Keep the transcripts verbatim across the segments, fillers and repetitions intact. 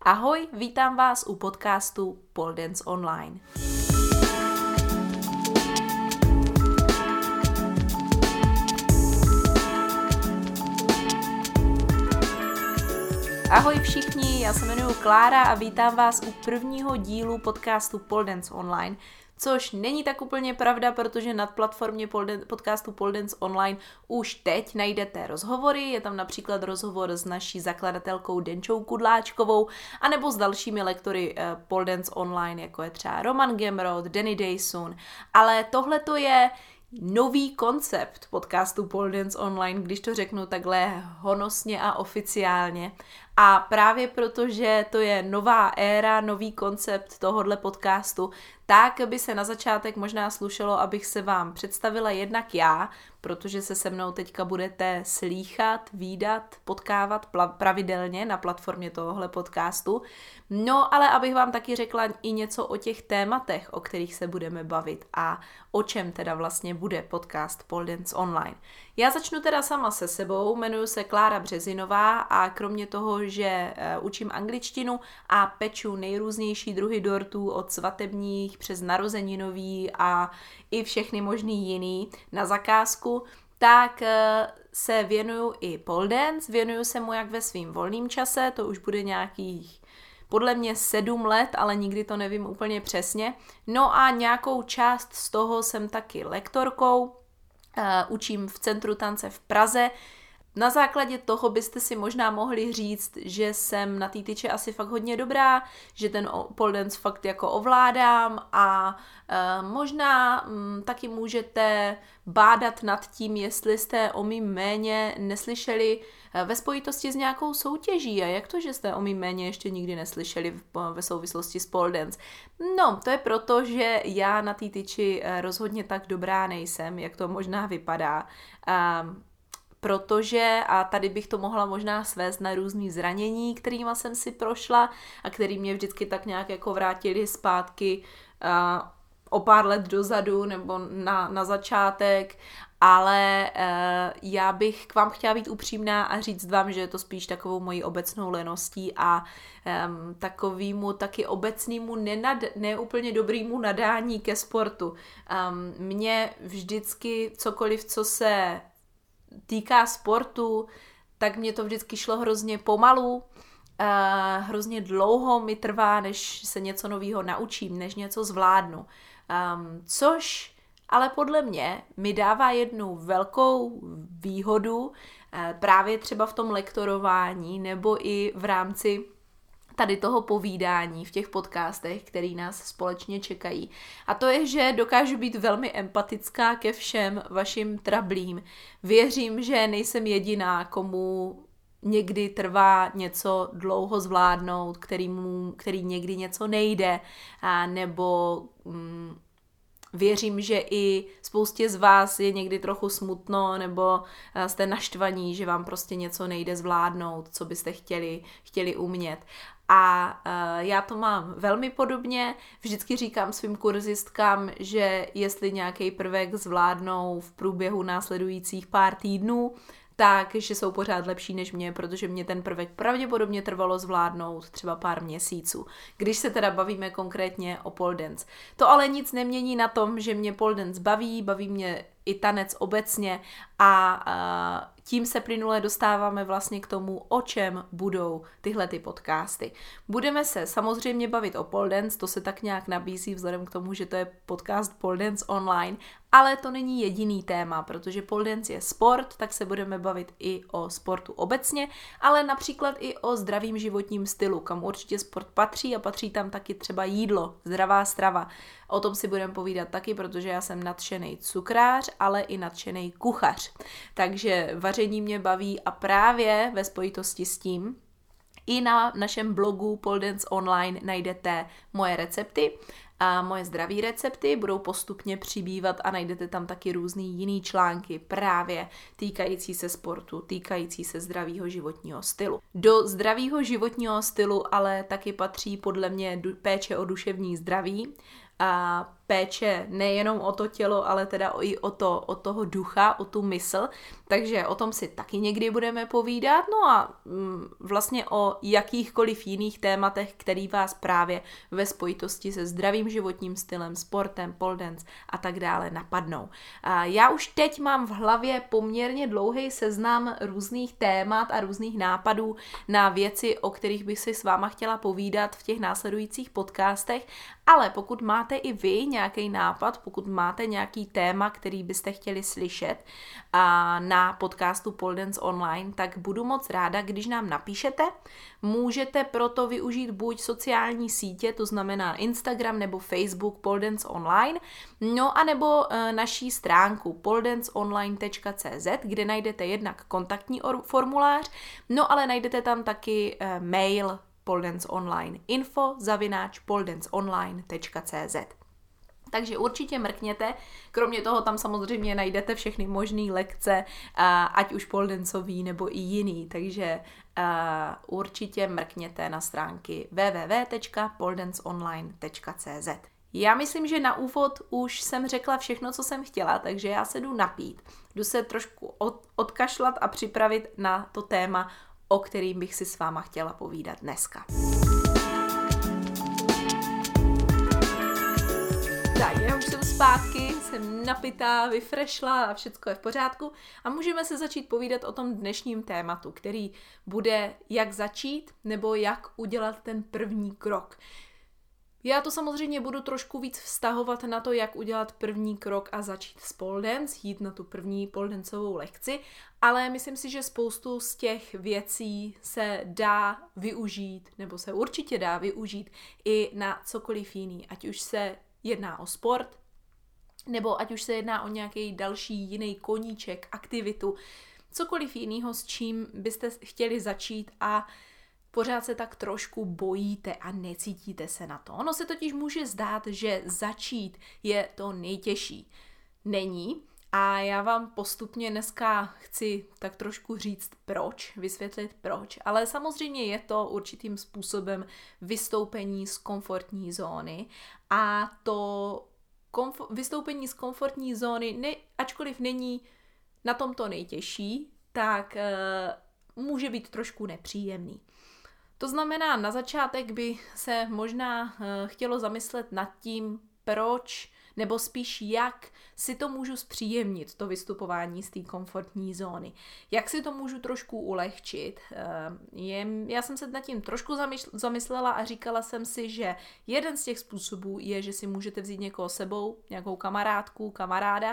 Ahoj, vítám vás u podcastu Pole Dance Online. Ahoj všichni, já se jmenuji Klára a vítám vás u prvního dílu podcastu Pole Dance Online, což není tak úplně pravda, protože na platformě podcastu Pole Dance Online už teď najdete rozhovory, je tam například rozhovor s naší zakladatelkou Denčou Kudláčkovou, anebo s dalšími lektory Pole Dance Online, jako je třeba Roman Gemrod, Danny Dayson, ale tohle to je nový koncept podcastu Pole Dance Online, když to řeknu takhle honosně a oficiálně. A právě protože to je nová éra, nový koncept tohohle podcastu, tak by se na začátek možná slušelo, abych se vám představila jednak já, protože se se mnou teďka budete slýchat, vídat, potkávat pravidelně na platformě tohohle podcastu. No, ale abych vám taky řekla i něco o těch tématech, o kterých se budeme bavit a o čem teda vlastně bude podcast Pole Dance Online. Já začnu teda sama se sebou, jmenuji se Klára Březinová a kromě toho, že učím angličtinu a peču nejrůznější druhy dortů od svatebních přes narozeninový a i všechny možný jiný na zakázku, tak se věnuju i pole dance, věnuju se mu jak ve svým volném čase, to už bude nějakých podle mě sedm let, ale nikdy to nevím úplně přesně. No a nějakou část z toho jsem taky lektorkou, uh, učím v Centru tance v Praze. Na základě toho byste si možná mohli říct, že jsem na té tyče asi fakt hodně dobrá, že ten pole dance fakt jako ovládám a e, možná m, taky můžete bádat nad tím, jestli jste o mým jméně neslyšeli e, ve spojitosti s nějakou soutěží a jak to, že jste o mým jméně ještě nikdy neslyšeli v, ve souvislosti s pole dance. No, to je proto, že já na té tyči e, rozhodně tak dobrá nejsem, jak to možná vypadá. E, Protože, a tady bych to mohla možná svést na různý zranění, kterýma jsem si prošla a který mě vždycky tak nějak jako vrátili zpátky uh, o pár let dozadu nebo na, na začátek, ale uh, já bych k vám chtěla být upřímná a říct vám, že je to spíš takovou mojí obecnou leností a um, takovýmu taky obecnému nenad, neúplně dobrýmu nadání ke sportu. Um, mě vždycky cokoliv, co se týká sportu, tak mě to vždycky šlo hrozně pomalu, uh, hrozně dlouho mi trvá, než se něco nového naučím, než něco zvládnu. Um, což ale podle mě mi dává jednu velkou výhodu uh, právě třeba v tom lektorování nebo i v rámci tady toho povídání v těch podcastech, který nás společně čekají. A to je, že dokážu být velmi empatická ke všem vašim trablím. Věřím, že nejsem jediná, komu někdy trvá něco dlouho zvládnout, kterýmu, který někdy něco nejde, a nebo mm, věřím, že i spoustě z vás je někdy trochu smutno nebo jste naštvaní, že vám prostě něco nejde zvládnout, co byste chtěli, chtěli umět. A uh, já to mám velmi podobně, vždycky říkám svým kurzistkám, že jestli nějaký prvek zvládnou v průběhu následujících pár týdnů, tak, že jsou pořád lepší než mě, protože mě ten prvek pravděpodobně trvalo zvládnout třeba pár měsíců, když se teda bavíme konkrétně o pole dance. To ale nic nemění na tom, že mě pole dance baví, baví mě i tanec obecně a uh, tím se plynule dostáváme vlastně k tomu, o čem budou tyhle ty podcasty. Budeme se samozřejmě bavit o pole dance, to se tak nějak nabízí vzhledem k tomu, že to je podcast Pole Dance Online, ale to není jediný téma, protože pole dance je sport, tak se budeme bavit i o sportu obecně, ale například i o zdravým životním stylu, kam určitě sport patří a patří tam taky třeba jídlo, zdravá strava. O tom si budeme povídat taky, protože já jsem nadšenej cukrář, ale i nadšenej kuchař. Takže vaření mě baví a právě ve spojitosti s tím i na našem blogu Pole Dance Online najdete moje recepty a moje zdraví recepty budou postupně přibývat a najdete tam taky různý jiný články právě týkající se sportu, týkající se zdravého životního stylu. Do zdravého životního stylu ale taky patří podle mě péče o duševní zdraví, a péče nejenom o to tělo, ale teda i o, to, o toho ducha, o tu mysl, takže o tom si taky někdy budeme povídat, no a mm, vlastně o jakýchkoliv jiných tématech, který vás právě ve spojitosti se zdravým životním stylem, sportem, pole dance a tak dále napadnou. A já už teď mám v hlavě poměrně dlouhý seznam různých témat a různých nápadů na věci, o kterých bych si s váma chtěla povídat v těch následujících podcastech, ale pokud máte i vy nějaký nápad, pokud máte nějaký téma, který byste chtěli slyšet a na podcastu Pole Dance Online, tak budu moc ráda, když nám napíšete. Můžete proto využít buď sociální sítě, to znamená Instagram nebo Facebook Pole Dance Online, no a nebo e, naší stránku pole dance online tečka cé zet, kde najdete jednak kontaktní or- formulář, no ale najdete tam taky e, mail Pole Dance Online info zavináč pole dance online tečka cé zet. Takže určitě mrkněte, kromě toho tam samozřejmě najdete všechny možné lekce, ať už poledancový nebo i jiný, takže určitě mrkněte na stránky w w w tečka pole dance online tečka cé zet. Já myslím, že na úvod už jsem řekla všechno, co jsem chtěla, takže já se jdu napít. Jdu se trošku od, odkašlat a připravit na to téma, o kterým bych si s váma chtěla povídat dneska. Tak, já už jsem zpátky, jsem napitá, vyfrešla a všecko je v pořádku a můžeme se začít povídat o tom dnešním tématu, který bude jak začít nebo jak udělat ten první krok. Já to samozřejmě budu trošku víc vztahovat na to, jak udělat první krok a začít s pole dance, jít na tu první pole danceovou lekci, ale myslím si, že spoustu z těch věcí se dá využít, nebo se určitě dá využít i na cokoliv jiný, ať už se jedná o sport, nebo ať už se jedná o nějaký další jiný koníček, aktivitu, cokoliv jiného, s čím byste chtěli začít a pořád se tak trošku bojíte a necítíte se na to. Ono se totiž může zdát, že začít je to nejtěžší. Není. A já vám postupně dneska chci tak trošku říct proč, vysvětlit proč, ale samozřejmě je to určitým způsobem vystoupení z komfortní zóny a to komfort, vystoupení z komfortní zóny, ne, ačkoliv není na tom to nejtěžší, tak e, může být trošku nepříjemný. To znamená, na začátek by se možná e, chtělo zamyslet nad tím, proč nebo spíš jak si to můžu zpříjemnit, to vystupování z té komfortní zóny. Jak si to můžu trošku ulehčit. Je, já jsem se nad tím trošku zamyslela a říkala jsem si, že jeden z těch způsobů je, že si můžete vzít někoho sebou, nějakou kamarádku, kamaráda,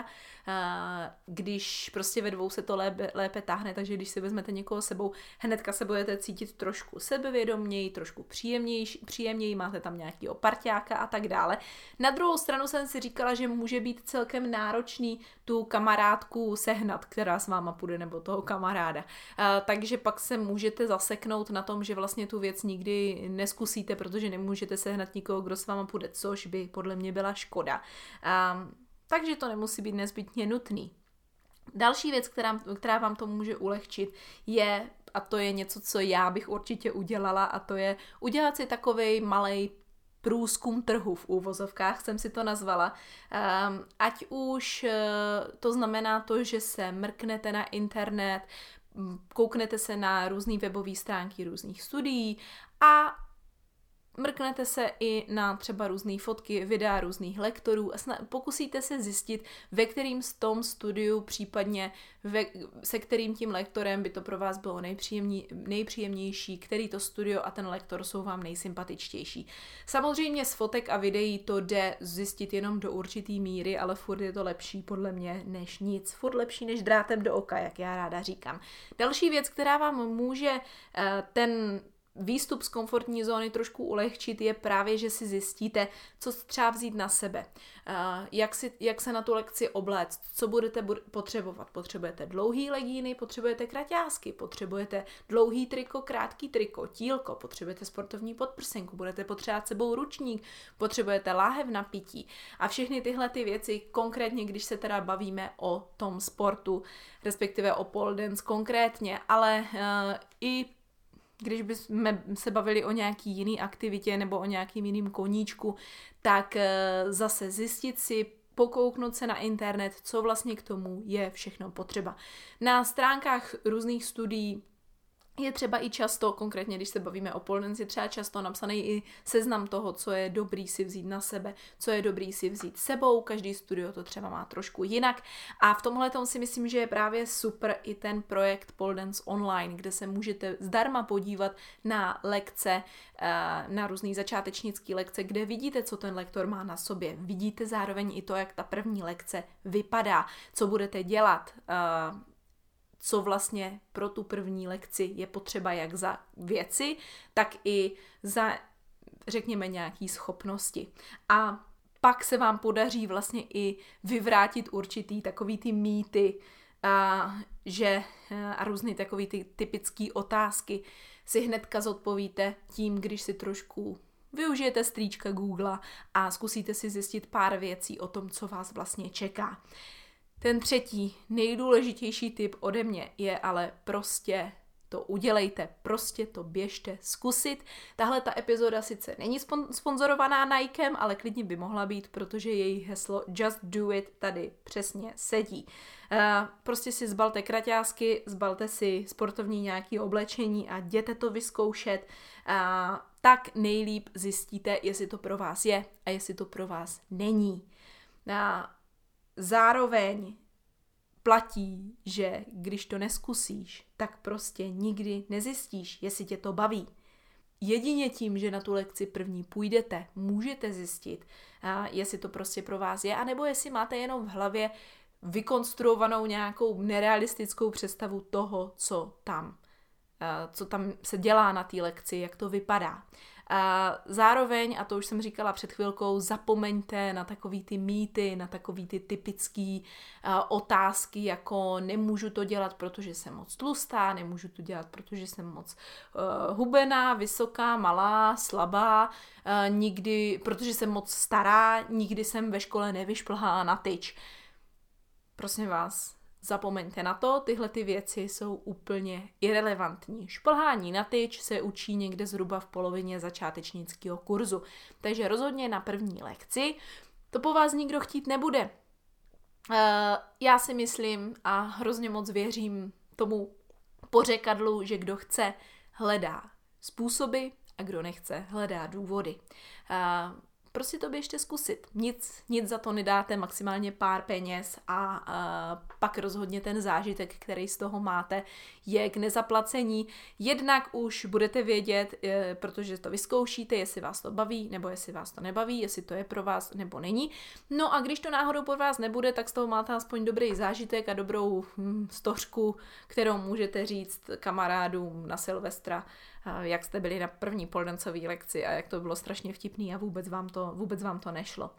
když prostě ve dvou se to lépe, lépe táhne, takže když si vezmete někoho sebou, hnedka se budete cítit trošku sebevědoměji, trošku příjemnější, příjemněji, máte tam nějakýho parťáka a tak dále. Na druhou stranu jsem si říkala, že může být celkem náročný tu kamarádku sehnat, která s váma půjde, nebo toho kamaráda. A, takže pak se můžete zaseknout na tom, že vlastně tu věc nikdy neskusíte, protože nemůžete sehnat nikoho, kdo s váma půjde, což by podle mě byla škoda. A, takže to nemusí být nezbytně nutný. Další věc, která, která vám to může ulehčit, je, a to je něco, co já bych určitě udělala, a to je udělat si takovej malej průzkum trhu v úvozovkách, jsem si to nazvala. Um, ať už uh, to znamená to, že se mrknete na internet, kouknete se na různé webové stránky různých studií a mrknete se i na třeba různé fotky, videa různých lektorů a sna- pokusíte se zjistit, ve kterým z tom studiu, případně ve, se kterým tím lektorem by to pro vás bylo nejpříjemní, nejpříjemnější, který to studio a ten lektor jsou vám nejsympatičtější. Samozřejmě z fotek a videí to jde zjistit jenom do určitý míry, ale furt je to lepší podle mě než nic. Furt lepší než drátem do oka, jak já ráda říkám. Další věc, která vám může uh, ten výstup z komfortní zóny trošku ulehčit, je právě, že si zjistíte, co třeba vzít na sebe, jak, si, jak se na tu lekci obléct, co budete potřebovat. Potřebujete dlouhý legíny, potřebujete kraťásky, potřebujete dlouhý triko, krátký triko, tílko, potřebujete sportovní podprsenku, budete potřebovat sebou ručník, potřebujete láhev na pití a všechny tyhle ty věci, konkrétně, když se teda bavíme o tom sportu, respektive o pole dance konkrétně, ale uh, i když bychom se bavili o nějaký jiný aktivitě nebo o nějakým jiným koníčku, tak zase zjistit si, pokouknout se na internet, co vlastně k tomu je všechno potřeba. Na stránkách různých studií je třeba i často, konkrétně když se bavíme o pole dance, je třeba často napsaný i seznam toho, co je dobrý si vzít na sebe, co je dobrý si vzít sebou, každý studio to třeba má trošku jinak a v tomhle tom si myslím, že je právě super i ten projekt Pole Dance Online, kde se můžete zdarma podívat na lekce, na různý začátečnický lekce, kde vidíte, co ten lektor má na sobě. Vidíte zároveň i to, jak ta první lekce vypadá, co budete dělat, co vlastně pro tu první lekci je potřeba jak za věci, tak i za, řekněme, nějaký schopnosti. A pak se vám podaří vlastně i vyvrátit určitý takový ty mýty, a, že a různý takový ty typický otázky si hnedka zodpovíte tím, když si trošku využijete strýčka Google a zkusíte si zjistit pár věcí o tom, co vás vlastně čeká. Ten třetí, nejdůležitější tip ode mě je ale prostě to udělejte, prostě to běžte zkusit. Tahle ta epizoda sice není sponzorovaná Nikem, ale klidně by mohla být, protože její heslo Just Do It tady přesně sedí. Uh, prostě si zbalte kraťásky, zbalte si sportovní nějaké oblečení a jděte to vyzkoušet. Uh, tak nejlíp zjistíte, jestli to pro vás je a jestli to pro vás není. Uh, Zároveň platí, že když to neskusíš, tak prostě nikdy nezjistíš, jestli tě to baví. Jedině tím, že na tu lekci první půjdete, můžete zjistit, jestli to prostě pro vás je, anebo jestli máte jenom v hlavě vykonstruovanou nějakou nerealistickou představu toho, co tam, co tam se dělá na té lekci, jak to vypadá. A zároveň, a to už jsem říkala před chvilkou, zapomeňte na takový ty mýty, na takový ty typický uh, otázky, jako nemůžu to dělat, protože jsem moc tlustá, nemůžu to dělat, protože jsem moc uh, hubená, vysoká, malá, slabá, uh, nikdy, protože jsem moc stará, nikdy jsem ve škole nevyšplhala na tyč. Prosím vás, zapomeňte na to, tyhle ty věci jsou úplně irelevantní. Šplhání na tyč se učí někde zhruba v polovině začátečnického kurzu. Takže rozhodně na první lekci to po vás nikdo chtít nebude. Uh, já si myslím a hrozně moc věřím tomu pořekadlu, že kdo chce, hledá způsoby a kdo nechce, hledá důvody. Uh, Prostě to běžte zkusit. Nic, nic za to nedáte, maximálně pár peněz a, a pak rozhodně ten zážitek, který z toho máte, je k nezaplacení. Jednak už budete vědět, e, protože to vyzkoušíte, jestli vás to baví, nebo jestli vás to nebaví, jestli to je pro vás, nebo není. No a když to náhodou pro vás nebude, tak z toho máte aspoň dobrý zážitek a dobrou hm, stořku, kterou můžete říct kamarádům na Silvestra, jak jste byli na první poldancové lekci a jak to bylo strašně vtipný a vůbec vám to, vůbec vám to nešlo.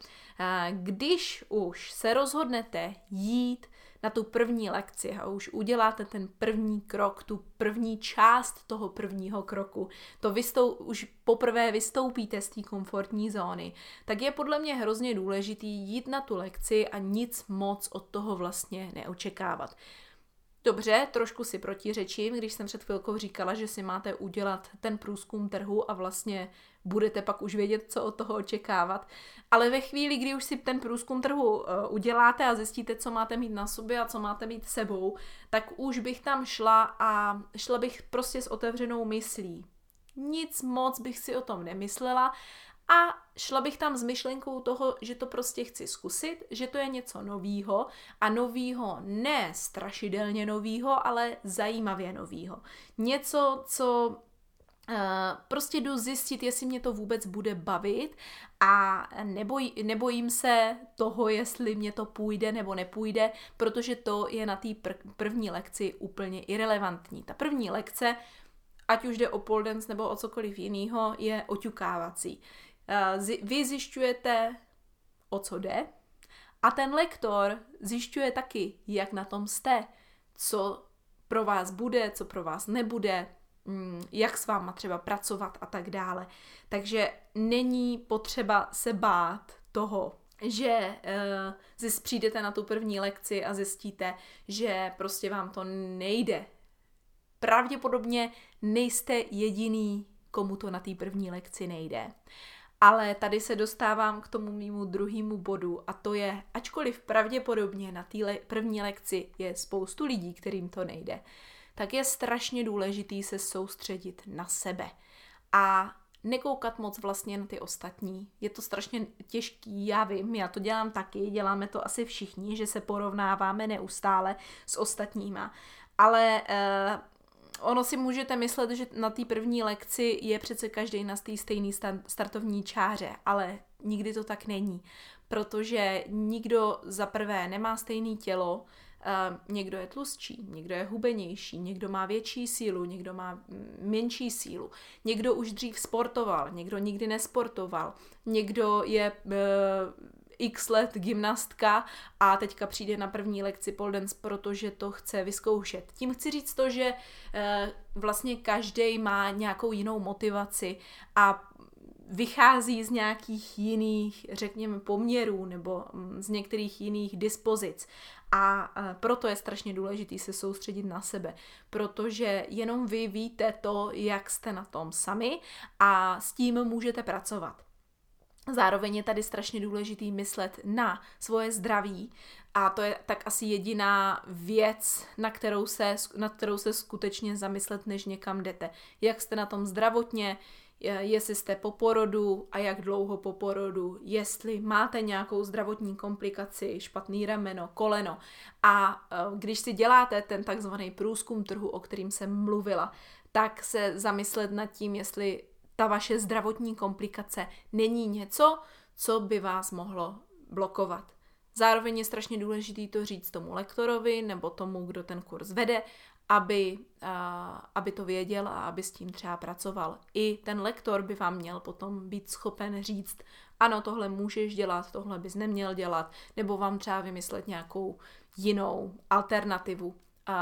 Když už se rozhodnete jít na tu první lekci a už uděláte ten první krok, tu první část toho prvního kroku, to vystou, už poprvé vystoupíte z té komfortní zóny, tak je podle mě hrozně důležitý jít na tu lekci a nic moc od toho vlastně neočekávat. Dobře, trošku si protiřečím, když jsem před chvilkou říkala, že si máte udělat ten průzkum trhu a vlastně budete pak už vědět, co od toho očekávat. Ale ve chvíli, kdy už si ten průzkum trhu uděláte a zjistíte, co máte mít na sobě a co máte mít sebou, tak už bych tam šla a šla bych prostě s otevřenou myslí. Nic moc bych si o tom nemyslela a šla bych tam s myšlenkou toho, že to prostě chci zkusit, že to je něco novýho a novýho ne strašidelně novýho, ale zajímavě novýho. Něco, co uh, prostě jdu zjistit, jestli mě to vůbec bude bavit a neboj, nebojím se toho, jestli mě to půjde nebo nepůjde, protože to je na té pr- první lekci úplně irelevantní. Ta první lekce, ať už jde o pole dance nebo o cokoliv jiného, je oťukávací. Vy zjišťujete, o co jde, a ten lektor zjišťuje taky, jak na tom jste, co pro vás bude, co pro vás nebude, jak s váma třeba pracovat a tak dále. Takže není potřeba se bát toho, že uh, přijdete na tu první lekci a zjistíte, že prostě vám to nejde. pravděpodobně nejste jediný, komu to na té první lekci nejde. Ale tady se dostávám k tomu mému druhému bodu a to je, ačkoliv pravděpodobně na té le- první lekci je spoustu lidí, kterým to nejde, tak je strašně důležitý se soustředit na sebe a nekoukat moc vlastně na ty ostatní. Je to strašně těžký, já vím, já to dělám taky, děláme to asi všichni, že se porovnáváme neustále s ostatníma, ale eh, ono si můžete myslet, že na té první lekci je přece každý na té stejné startovní čáře, ale nikdy to tak není, protože nikdo za prvé nemá stejné tělo, Uh, někdo je tlustší, někdo je hubenější, někdo má větší sílu, někdo má menší sílu, někdo už dřív sportoval, někdo nikdy nesportoval, někdo je uh, x let gymnastka a teďka přijde na první lekci pole dance, protože to chce vyzkoušet. Tím chci říct to, že uh, vlastně každý má nějakou jinou motivaci a vychází z nějakých jiných, řekněme, poměrů nebo z některých jiných dispozic. A proto je strašně důležitý se soustředit na sebe, protože jenom vy víte to, jak jste na tom sami a s tím můžete pracovat. Zároveň je tady strašně důležitý myslet na svoje zdraví a to je tak asi jediná věc, na kterou se, na kterou se skutečně zamyslet, než někam jdete. Jak jste na tom zdravotně, jestli jste po porodu a jak dlouho po porodu, jestli máte nějakou zdravotní komplikaci, špatný rameno, koleno. A když si děláte ten takzvaný průzkum trhu, o kterým jsem mluvila, tak se zamyslet nad tím, jestli ta vaše zdravotní komplikace není něco, co by vás mohlo blokovat. Zároveň je strašně důležité to říct tomu lektorovi nebo tomu, kdo ten kurz vede, aby, a, aby to věděl a aby s tím třeba pracoval. I ten lektor by vám měl potom být schopen říct, ano, tohle můžeš dělat, tohle bys neměl dělat, nebo vám třeba vymyslet nějakou jinou alternativu,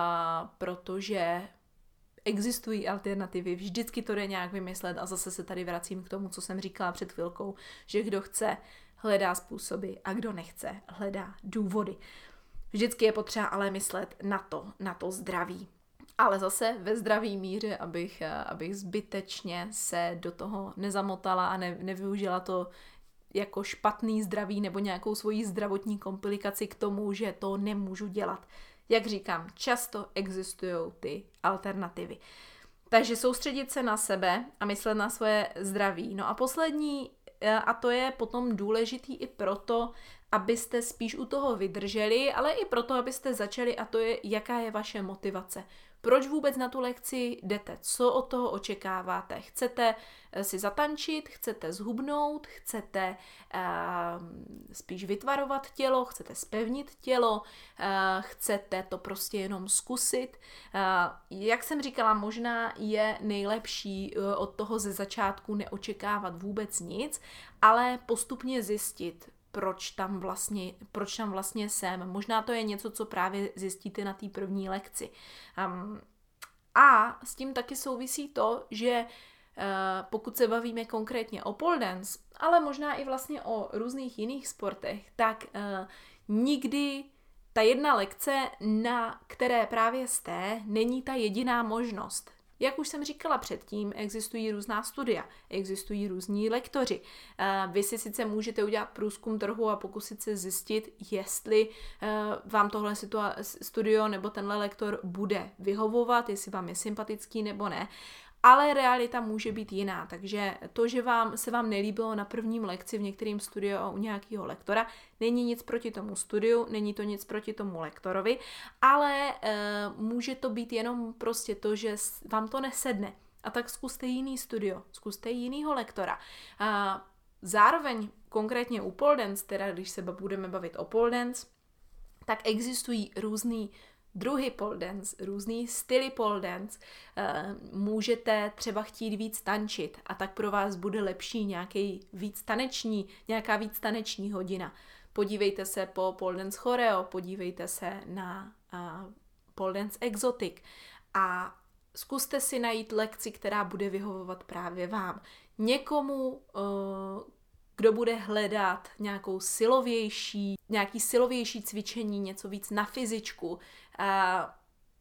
a, protože existují alternativy, vždycky to jde nějak vymyslet a zase se tady vracím k tomu, co jsem říkala před chvilkou, že kdo chce, hledá způsoby a kdo nechce, hledá důvody. Vždycky je potřeba ale myslet na to, na to zdraví. Ale zase ve zdravý míře, abych, abych zbytečně se do toho nezamotala a ne, nevyužila to jako špatný zdraví nebo nějakou svoji zdravotní komplikaci k tomu, že to nemůžu dělat. Jak říkám, často existují ty alternativy. Takže soustředit se na sebe a myslet na svoje zdraví. No a poslední, a to je potom důležitý i proto, abyste spíš u toho vydrželi, ale i proto, abyste začali, a to je, jaká je vaše motivace. Proč vůbec na tu lekci jdete? Co od toho očekáváte? Chcete si zatančit? Chcete zhubnout? Chcete uh, spíš vytvarovat tělo? Chcete zpevnit tělo? Uh, chcete to prostě jenom zkusit? Uh, jak jsem říkala, možná je nejlepší uh, od toho ze začátku neočekávat vůbec nic, ale postupně zjistit, proč tam vlastně, proč tam vlastně jsem. Možná to je něco, co právě zjistíte na té první lekci. Um, a s tím taky souvisí to, že uh, pokud se bavíme konkrétně o pole dance, ale možná i vlastně o různých jiných sportech, tak uh, nikdy ta jedna lekce, na které právě jste, není ta jediná možnost. Jak už jsem říkala předtím, existují různá studia, existují různí lektoři. Vy si sice můžete udělat průzkum trhu a pokusit se zjistit, jestli vám tohle studio nebo tenhle lektor bude vyhovovat, jestli vám je sympatický nebo ne, ale realita může být jiná, takže to, že vám, se vám nelíbilo na prvním lekci v některém studiu a u nějakého lektora, není nic proti tomu studiu, není to nic proti tomu lektorovi, ale e, může to být jenom prostě to, že vám to nesedne. A tak zkuste jiný studio, zkuste jinýho lektora. A zároveň konkrétně u pole dance, teda když se budeme bavit o pole dance, tak existují různý druhy pole dance, různý styly pole dance, můžete třeba chtít víc tančit a tak pro vás bude lepší nějaký víc taneční, nějaká víc taneční hodina. Podívejte se po pole dance choreo, podívejte se na uh, pole dance exotic a zkuste si najít lekci, která bude vyhovovat právě vám. Někomu, uh, kdo bude hledat nějakou silovější, nějaký silovější cvičení, něco víc na fyzičku,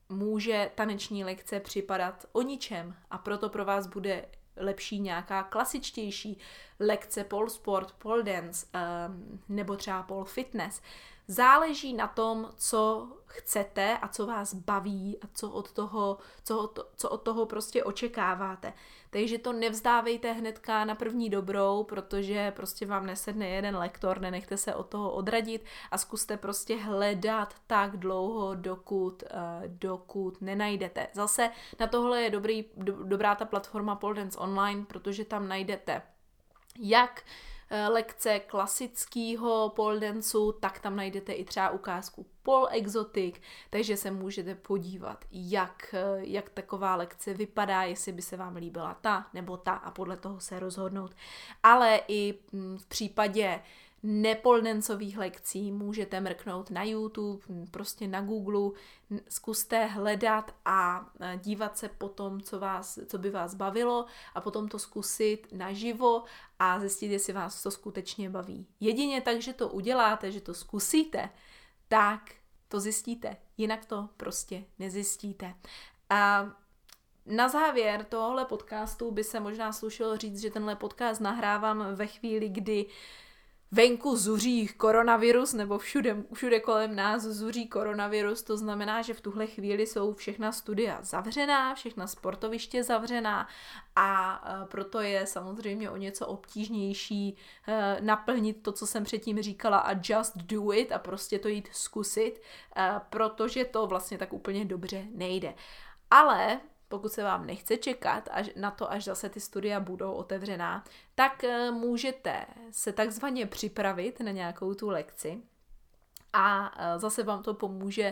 může taneční lekce připadat o ničem a proto pro vás bude lepší nějaká klasičtější lekce pole sport, pole dance um, nebo třeba pole fitness. Záleží na tom, co chcete a co vás baví a co od toho, co od, co od toho prostě očekáváte. Takže to nevzdávejte hnedka na první dobrou, protože prostě vám nesedne jeden lektor, nenechte se od toho odradit a zkuste prostě hledat tak dlouho, dokud, uh, dokud nenajdete. Zase na tohle je dobrý, do, dobrá ta platforma Pole Dance Online, protože tam najdete jak lekce klasického pole danceu, tak tam najdete i třeba ukázku pole exotic, takže se můžete podívat, jak, jak taková lekce vypadá, jestli by se vám líbila ta nebo ta a podle toho se rozhodnout. Ale i v případě nepoldancových lekcí můžete mrknout na YouTube, prostě na Google, zkuste hledat a dívat se potom, co, vás, co by vás bavilo a potom to zkusit naživo a zjistit, jestli vás to skutečně baví. Jedině tak, že to uděláte, že to zkusíte, tak to zjistíte. Jinak to prostě nezjistíte. A na závěr tohohle podcastu by se možná slušelo říct, že tenhle podcast nahrávám ve chvíli, kdy venku zuří koronavirus, nebo všude, všude kolem nás zuří koronavirus, to znamená, že v tuhle chvíli jsou všechna studia zavřená, všechna sportoviště zavřená a proto je samozřejmě o něco obtížnější naplnit to, co jsem předtím říkala a just do it a prostě to jít zkusit, protože to vlastně tak úplně dobře nejde. Ale pokud se vám nechce čekat až na to, až zase ty studia budou otevřená, tak můžete se takzvaně připravit na nějakou tu lekci a zase vám to pomůže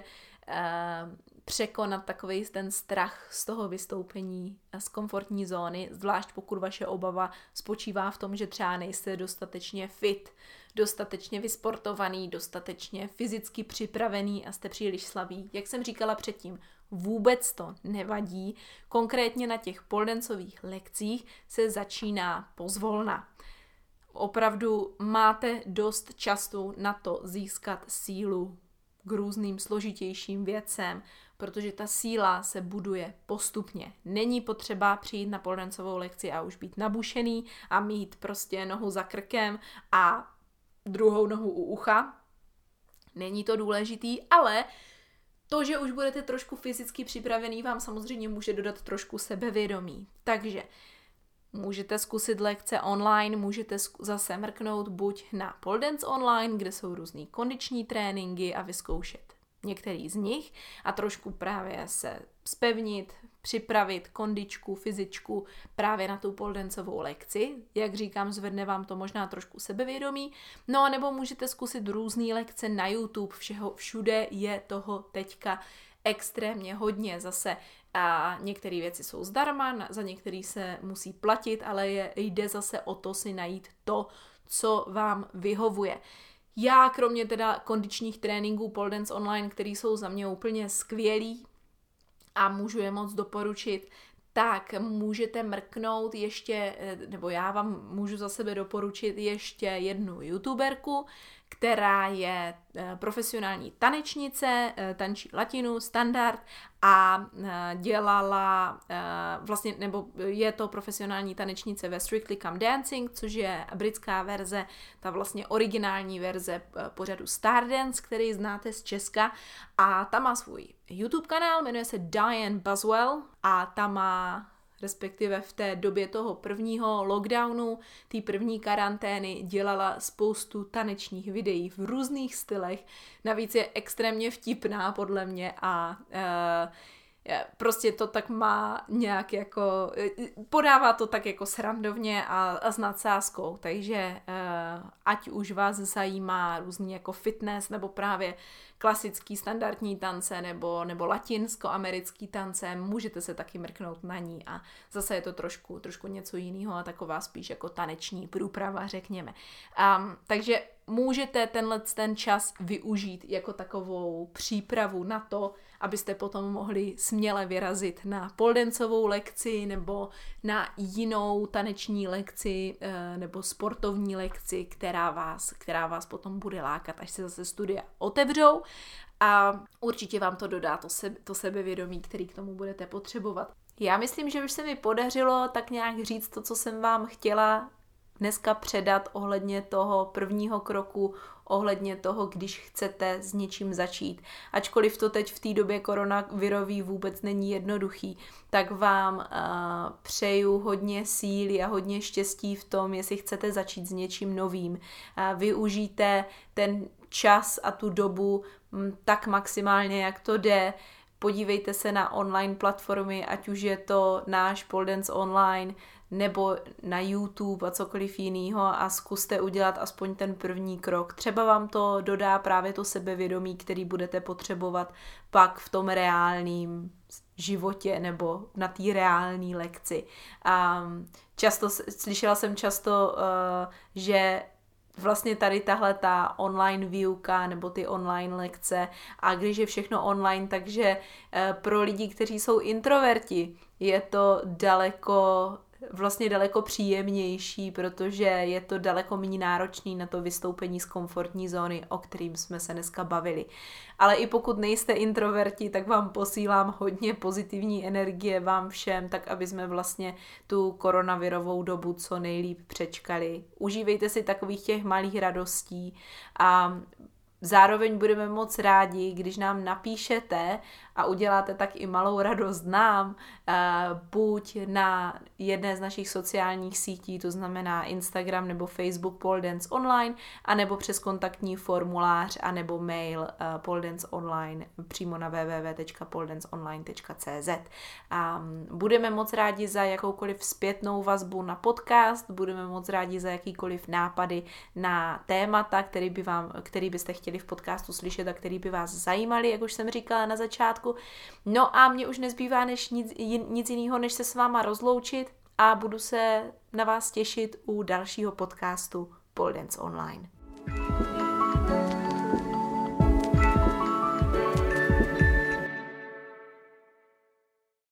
překonat takovej ten strach z toho vystoupení z komfortní zóny, zvlášť pokud vaše obava spočívá v tom, že třeba nejste dostatečně fit, dostatečně vysportovaný, dostatečně fyzicky připravený a jste příliš slabý. Jak jsem říkala předtím, vůbec to nevadí. Konkrétně na těch poledancových lekcích se začíná pozvolna. Opravdu máte dost času na to získat sílu k různým složitějším věcem, protože ta síla se buduje postupně. Není potřeba přijít na poledancovou lekci a už být nabušený a mít prostě nohu za krkem a druhou nohu u ucha. Není to důležitý, ale to, že už budete trošku fyzicky připravený, vám samozřejmě může dodat trošku sebevědomí. Takže můžete zkusit lekce online, můžete zase mrknout buď na Pole Dance Online, kde jsou různý kondiční tréninky a vyzkoušet některý z nich a trošku právě se zpevnit, připravit kondičku, fyzičku právě na tu poledancovou lekci. Jak říkám, zvedne vám to možná trošku sebevědomí. No a nebo můžete zkusit různé lekce na YouTube, všeho, všude je toho teďka extrémně hodně. Zase a některé věci jsou zdarma, za některé se musí platit, ale je, jde zase o to si najít to, co vám vyhovuje. Já kromě teda kondičních tréninků Pole Dance Online, které jsou za mě úplně skvělý a můžu je moc doporučit, tak můžete mrknout ještě, nebo já vám můžu za sebe doporučit ještě jednu youtuberku, která je profesionální tanečnice, tančí latinu, standard a dělala vlastně, nebo je to profesionální tanečnice ve Strictly Come Dancing, což je britská verze, ta vlastně originální verze pořadu Stardance, který znáte z Česka a ta má svůj YouTube kanál, jmenuje se Diane Buswell a ta má respektive v té době toho prvního lockdownu, té první karantény, dělala spoustu tanečních videí v různých stylech. Navíc je extrémně vtipná podle mě a uh, prostě to tak má nějak jako, podává to tak jako srandovně a, a s nadsázkou, takže uh, ať už vás zajímá různý jako fitness nebo právě klasický standardní tance nebo, nebo latinsko-americký tance, můžete se taky mrknout na ní a zase je to trošku, trošku něco jiného a taková spíš jako taneční průprava, řekněme. Um, takže můžete tenhle ten čas využít jako takovou přípravu na to, abyste potom mohli směle vyrazit na poledancovou lekci nebo na jinou taneční lekci nebo sportovní lekci, která vás, která vás potom bude lákat, až se zase studia otevřou. A určitě vám to dodá to, sebe, to sebevědomí, který k tomu budete potřebovat. Já myslím, že už se mi podařilo tak nějak říct to, co jsem vám chtěla dneska předat ohledně toho prvního kroku, ohledně toho, když chcete s něčím začít. Ačkoliv to teď v té době koronavirový vůbec není jednoduchý, tak vám uh, přeju hodně síly a hodně štěstí v tom, jestli chcete začít s něčím novým. Uh, využijte ten čas a tu dobu m, tak maximálně, jak to jde. Podívejte se na online platformy, ať už je to náš Pole Dance Online, nebo na YouTube a cokoliv jiného a zkuste udělat aspoň ten první krok. Třeba vám to dodá právě to sebevědomí, který budete potřebovat pak v tom reálném životě nebo na té reálné lekci. A často, slyšela jsem často, že vlastně tady tahle ta online výuka nebo ty online lekce a když je všechno online, takže pro lidi, kteří jsou introverti, je to daleko vlastně daleko příjemnější, protože je to daleko méně náročný na to vystoupení z komfortní zóny, o kterým jsme se dneska bavili. Ale i pokud nejste introverti, tak vám posílám hodně pozitivní energie vám všem, tak aby jsme vlastně tu koronavirovou dobu co nejlíp přečkali. Užívejte si takových těch malých radostí a zároveň budeme moc rádi, když nám napíšete a uděláte tak i malou radost nám, buď na jedné z našich sociálních sítí, to znamená Instagram nebo Facebook Pole Dance Online, anebo přes kontaktní formulář, anebo mail Pole Dance Online přímo na w w w tečka pole dance online tečka c z. A budeme moc rádi za jakoukoliv zpětnou vazbu na podcast, budeme moc rádi za jakýkoliv nápady na témata, který, by vám, který byste chtěli v podcastu slyšet a který by vás zajímali, jak už jsem říkala na začátku. No a mně už nezbývá než nic, nic jiného, než se s váma rozloučit a budu se na vás těšit u dalšího podcastu Pole Dance Online.